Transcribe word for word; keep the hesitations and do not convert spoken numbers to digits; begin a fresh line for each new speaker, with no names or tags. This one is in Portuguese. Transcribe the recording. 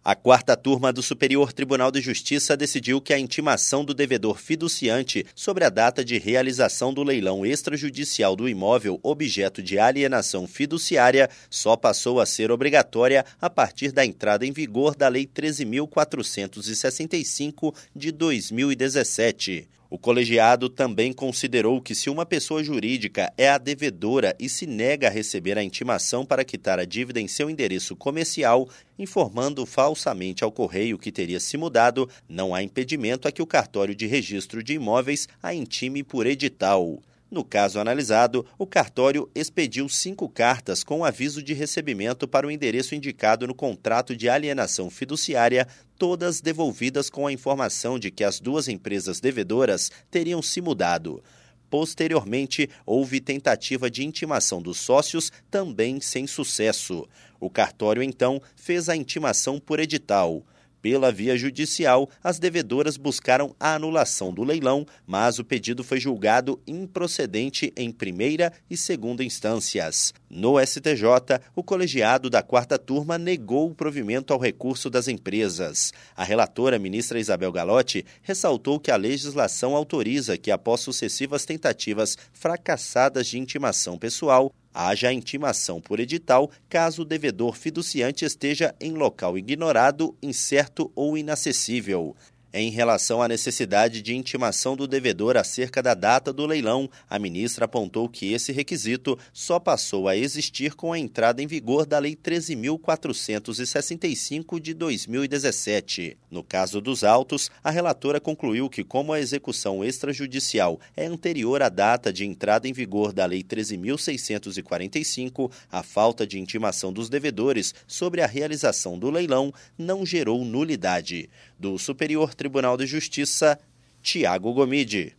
A quarta turma do Superior Tribunal de Justiça decidiu que a intimação do devedor fiduciante sobre a data de realização do leilão extrajudicial do imóvel objeto de alienação fiduciária só passou a ser obrigatória a partir da entrada em vigor da Lei treze mil quatrocentos e sessenta e cinco de dois mil e dezessete. O colegiado também considerou que se uma pessoa jurídica é a devedora e se nega a receber a intimação para quitar a dívida em seu endereço comercial, informando falsamente ao correio que teria se mudado, não há impedimento a que o cartório de registro de imóveis a intime por edital. No caso analisado, o cartório expediu cinco cartas com aviso de recebimento para o endereço indicado no contrato de alienação fiduciária, todas devolvidas com a informação de que as duas empresas devedoras teriam se mudado. Posteriormente, houve tentativa de intimação dos sócios, também sem sucesso. O cartório, então, fez a intimação por edital. Pela via judicial, as devedoras buscaram a anulação do leilão, mas o pedido foi julgado improcedente em primeira e segunda instâncias. No S T J, o colegiado da quarta turma negou o provimento ao recurso das empresas. A relatora, ministra Isabel Galotti, ressaltou que a legislação autoriza que, após sucessivas tentativas fracassadas de intimação pessoal, haja a intimação por edital caso o devedor fiduciante esteja em local ignorado, incerto ou inacessível. Em relação à necessidade de intimação do devedor acerca da data do leilão, a ministra apontou que esse requisito só passou a existir com a entrada em vigor da Lei treze mil quatrocentos e sessenta e cinco de dois mil e dezessete. No caso dos autos, a relatora concluiu que, como a execução extrajudicial é anterior à data de entrada em vigor da Lei treze mil seiscentos e quarenta e cinco, a falta de intimação dos devedores sobre a realização do leilão não gerou nulidade. Do Superior Tribunal de Justiça, Tiago Gomide.